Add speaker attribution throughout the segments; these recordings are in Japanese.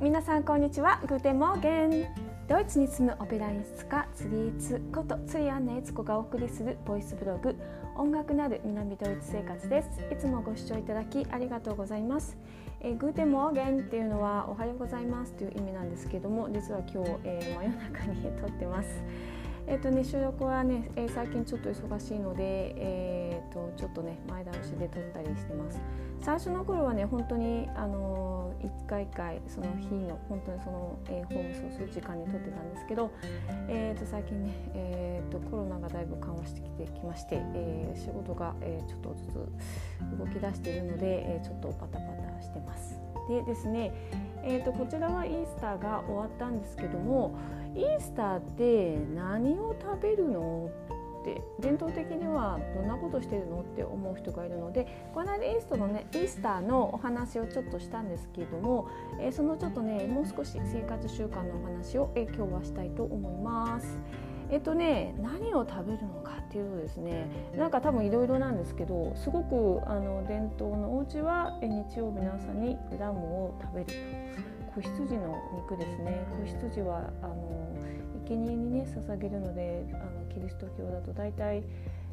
Speaker 1: 皆さんこんにちは。グーテンモーゲン。ドイツに住むオペラ演出家ツリエツことツリアンネエツコがお送りするボイスブログ、音楽なる南ドイツ生活です。いつもご視聴いただきありがとうございます。グーテンモーゲンっていうのはおはようございますという意味なんですけども、実は今日、真夜中に撮ってます。収録はね、最近ちょっと忙しいので、ちょっとね前倒しで撮ったりしてます。最初の頃はね本当に一回一回その日の本当にその、放送する時間に撮ってたんですけど、最近ね、コロナがだいぶ緩和してきまして、仕事が、ちょっとずつ動き出しているので、ちょっとパタパタしてます。でですね、こちらはイースターが終わったんですけども、イースターって何を食べるのって伝統的にはどんなことしてるのって思う人がいるので、この間イースターのお話をちょっとしたんですけれども、そのちょっとねもう少し生活習慣のお話を、今日はしたいと思います。何を食べるのかっていうとですね、なんか多分いろいろなんですけど、すごく伝統のお家は日曜日の朝にラムを食べると。子羊の肉ですね。子羊は生贄にね捧げるので、キリスト教だと大体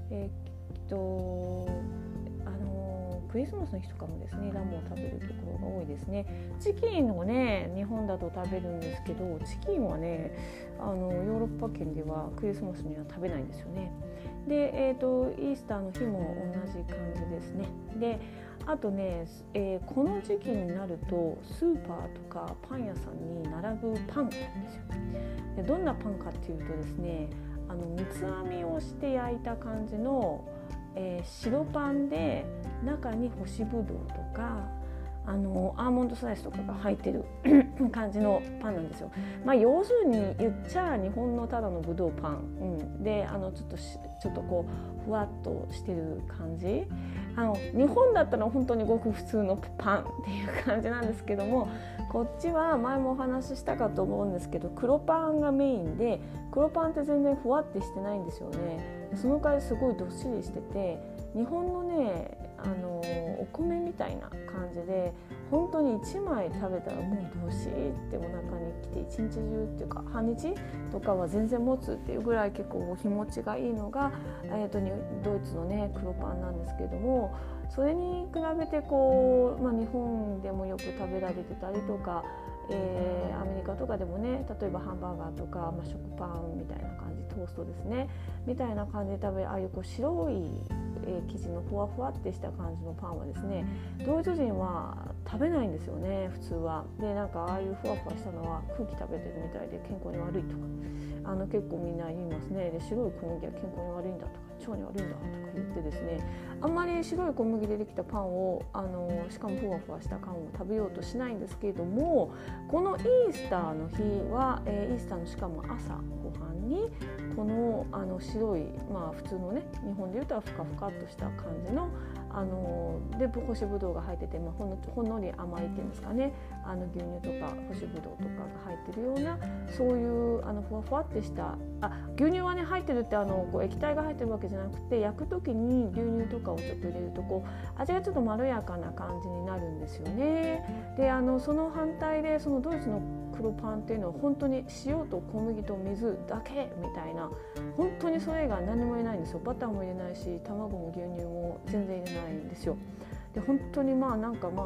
Speaker 1: クリスマスの日とかもですねラムを食べるところが多いですね。チキンをね日本だと食べるんですけど、チキンはねヨーロッパ圏ではクリスマスには食べないんですよね。で、イースターの日も同じ感じですね。であとね、この時期になるとスーパーとかパン屋さんに並ぶパンなんですよ。でどんなパンかっていうとですね、三つ編みをして焼いた感じの、白パンで中に干しぶどうとかアーモンドスライスとかが入ってる感じのパンなんですよ。要するに言っちゃ日本のただのぶどうパン、でちょっとこうふわっとしてる感じ。日本だったら本当にごく普通のパンっていう感じなんですけども、こっちは前もお話ししたかと思うんですけど、黒パンがメインで、黒パンって全然ふわってしてないんですよね。その代わりすごいどっしりしてて、日本のねお米みたいな感じで、本当に1枚食べたらもうどっしりってお腹にきて一日中っていうか半日とかは全然持つっていうぐらい結構日持ちがいいのが、ドイツのね黒パンなんですけれども、それに比べてこう、日本でもよく食べられてたりとか、アメリカとかでもね、例えばハンバーガーとか、食パンみたいな感じ、トーストですねみたいな感じで食べる、ああいうこう白い生地のふわふわってした感じのパンはですね、ドイツ人は食べないんですよね、普通は。でなんかああいうふわふわしたのは空気食べてるみたいで健康に悪いとか結構みんな言いますね。で白い小麦は健康に悪いんだとか腸に悪いんだとか言ってですね、あんまり白い小麦でできたパンをしかもふわふわしたパンを食べようとしないんですけれども、このイースターの日は、イースターのしかも朝ごはんにこの白い、普通のね日本でいうとふかふかっとした感じので干しぶどうが入ってて、ほんのり甘いっていうんですかね、牛乳とか干しぶどうとかが入ってるような、そういうふわふわってした牛乳はね入ってるってこう液体が入ってるわけじゃなくて、焼く時に牛乳とかをちょっと入れるとこう味がちょっとまろやかな感じになるんですよね。でその反対でそのドイツの黒パンっていうのは本当に塩と小麦と水だけみたいな、本当にそれ以外何も入れないんですよ。バターも入れないし、卵も牛乳も全然入れないんですよ。で本当に言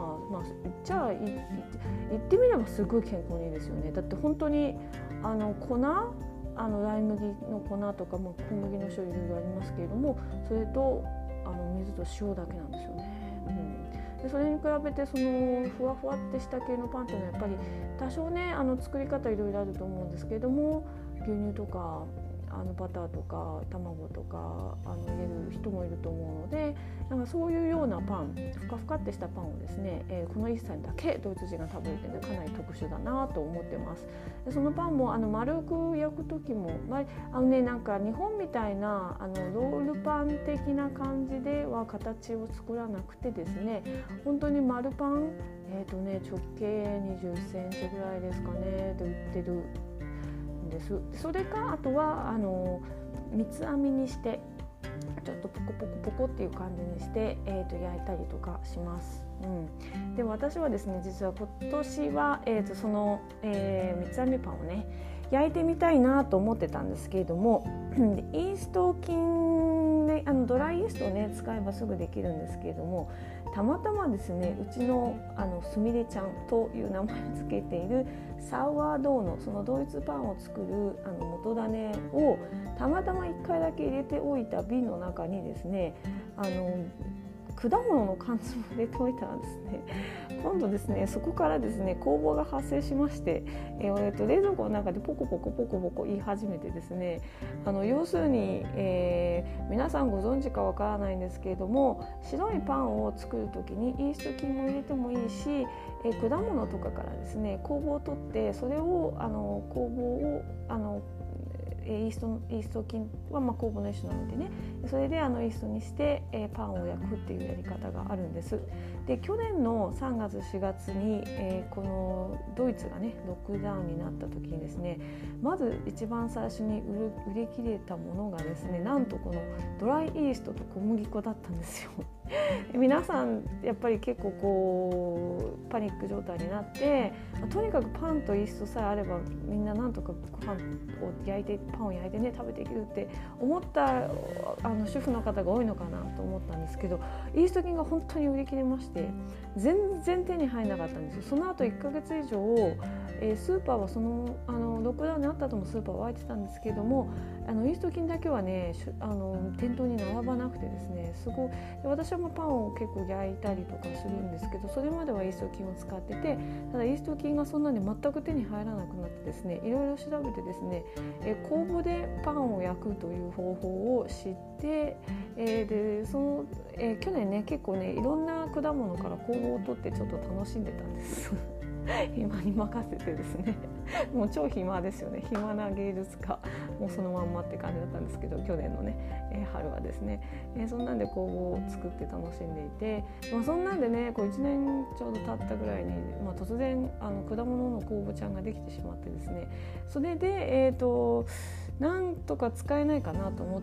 Speaker 1: ってみればすごい健康にいいですよね。だって本当に粉ライ麦の粉とか、小麦の種類いろいろありますけれども、それと水と塩だけなんですよね。でそれに比べてそのふわふわってした系のパンっていうのはやっぱり多少ね作り方いろいろあると思うんですけれども、牛乳とかバターとか卵とか入れる人もいると思うので、なんかそういうようなパン、ふかふかってしたパンをですね、この一切だけドイツ人が食べるっていうのはかなり特殊だなと思ってます。でそのパンも丸く焼く時も、なんか日本みたいなロールパン的な感じでは形を作らなくてですね、本当に丸パン、直径20センチぐらいですかねで売ってるんです。それかあとは三つ編みにしてちょっとポコポコポコっていう感じにして、焼いたりとかします。で私はですね、実は今年は、その、三つ編みパンをね焼いてみたいなと思ってたんですけれどもイースト菌でドライイーストをね使えばすぐできるんですけれども、たまたまですねうちのすみれちゃんという名前をつけているサウアードーのそのドイツパンを作る元種をたまたま1回だけ入れておいた瓶の中にですね果物の缶詰を入れておいたらですね、今度ですねそこからですね酵母が発生しまして、冷蔵庫の中でポコポコポコポコ言い始めてですね、要するに、皆さんご存知かわからないんですけれども、白いパンを作る時にイースト菌も入れてもいいし、果物とかからですね酵母を取ってそれを酵母をイースト菌は酵母の一種なのでね、それでイーストにして、パンを焼くっていうやり方があるんです。で去年の3月4月に、このドイツがねロックダウンになった時にですね、まず一番最初に売り切れたものがですね、なんとこのドライイーストと小麦粉だったんですよ。皆さんやっぱり結構こうパニック状態になって、とにかくパンとイーストさえあればみんななんとかパンを焼いてね食べていけるって思った主婦の方が多いのかなと思ったんですけど、イースト菌が本当に売り切れまして全然手に入らなかったんですよ。その後1ヶ月以上、スーパーはロックダウンになった後もスーパーは開いてたんですけども、イースト菌だけはね店頭に並ばなくてですね、すごい私はパンを結構焼いたりとかするんですけど、それまではイースト菌を使ってて、ただイースト菌がそんなに全く手に入らなくなってですね、いろいろ調べてですね、酵母でパンを焼くという方法を知って、で去年ね結構ねいろんな果物から酵母を取ってちょっと楽しんでたんです暇に任せてですねもう超暇ですよね。暇な芸術家もうそのまんまって感じだったんですけど、去年のね、春はですね、そんなんで酵母を作って楽しんでいて、そんなんでねこう1年ちょうど経ったぐらいに、突然果物の酵母ちゃんができてしまってですね、それでなんとか使えないかなと思って、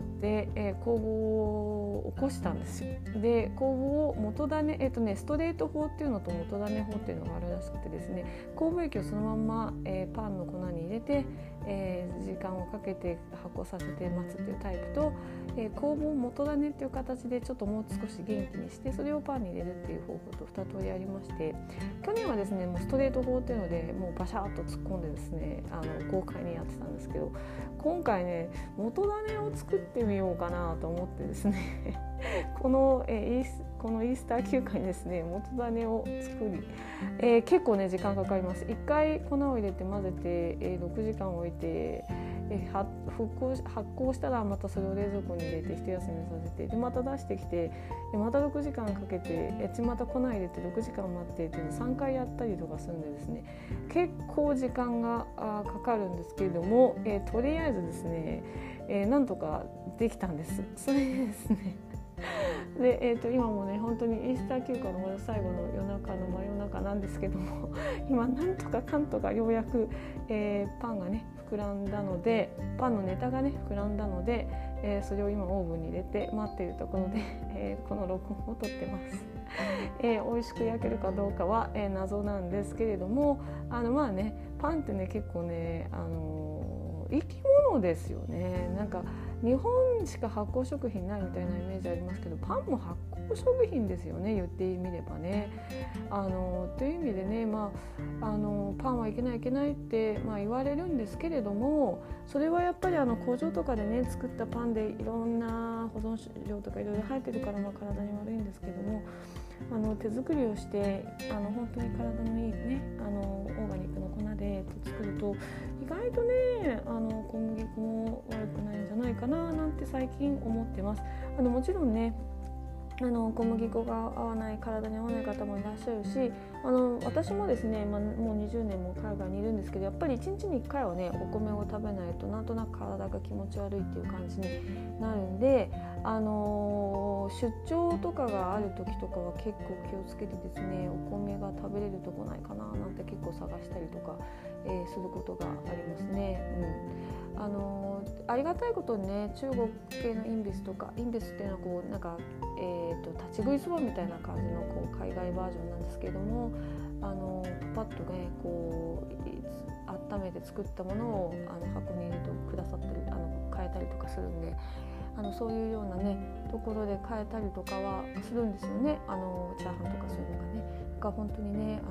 Speaker 1: 酵母を起こしたんですよ。で酵母を元種、ストレート法っていうのと元種法っていうのがあるらしくてですね、酵母液をそのまんま、パンの粉に入れて、時間をかけて発酵させて待つというタイプと、酵母を元種っていう形でちょっともう少し元気にしてそれをパンに入れるっていう方法と2通りありまして、去年はですねもうストレート法っていうのでもうバシャーっと突っ込んでですね豪快にやってたんですけど、今回ね元種を作ってみようかなと思ってですねこのイースター休暇にですね元種を作り、結構ね時間かかります。1回粉を入れて混ぜて、6時間置いて、発酵したらまたそれを冷蔵庫に入れて一休みさせて、でまた出してきて、また6時間かけてまた粉入れて6時間待ってっていうのを3回やったりとかするんでですね、結構時間がかかるんですけれども、とりあえずですね、なんとかできたんです。それでですねで、今もね本当にイースター休暇の最後の夜中の真夜中なんですけども今なんとかかんとかようやく、パンがね膨らんだので、パンのネタがね膨らんだので、それを今オーブンに入れて待っているところで、この録音を撮ってます。美味しく焼けるかどうかは、謎なんですけれども、パンってね結構ね生き物ですよね。なんか日本しか発酵食品ないみたいなイメージありますけど、パンも発酵食品ですよね、言ってみればね。という意味でね、パンはいけないって、言われるんですけれども、それはやっぱり工場とかでね作ったパンでいろんな保存料とかいろいろ入ってるから、体に悪いんですけども、手作りをして本当に体のいいねオーガニックの粉で作ると意外とね小麦粉も悪くないんじゃないかななんて最近思ってます。もちろんね小麦粉が体に合わない方もいらっしゃるし、私もですね、もう20年も海外にいるんですけど、やっぱり1日に1回はねお米を食べないとなんとなく体が気持ち悪いっていう感じになるんで、 出張とかがある時とかは結構気をつけてですね、お米が食べれるとこないかななんて結構探したりとか、することがありますね。ありがたいことにね、中国系のインビスとか、インビスっていうのはこうなんか、立ち食いそばみたいな感じのこう海外バージョンなんですけれども、パッとねこう温めて作ったものを箱に入れてくださったり変えたりとかするんで、そういうようなねところで変えたりとかはするんですよね。チャーハンとかそういうのがね。だから本当にね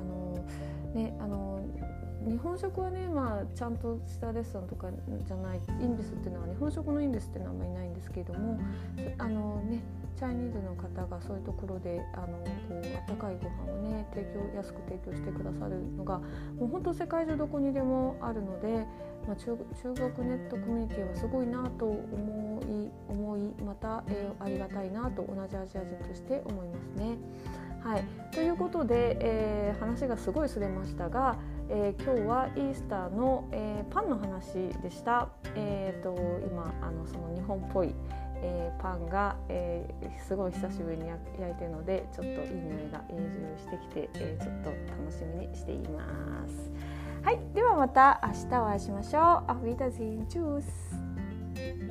Speaker 1: 日本食はね、ちゃんとしたレストランとかじゃないインビスっていうのは日本食のインビスっていうのはあんまりいないんですけれども、チャイニーズの方がそういうところでこう温かいご飯をね安く提供してくださるのがもう本当世界中どこにでもあるので、中国ネットコミュニティはすごいなと思いまた、ありがたいなと同じアジア人として思いますね。はい、ということで、話がすごいそれましたが、今日はイースターの、パンの話でした。今その日本っぽい、パンが、すごい久しぶりに焼いてるのでちょっといい匂いが移住してきて、ちょっと楽しみにしています。はい、ではまた明日お会いしましょう。Auf Wiedersehen. Tschüss.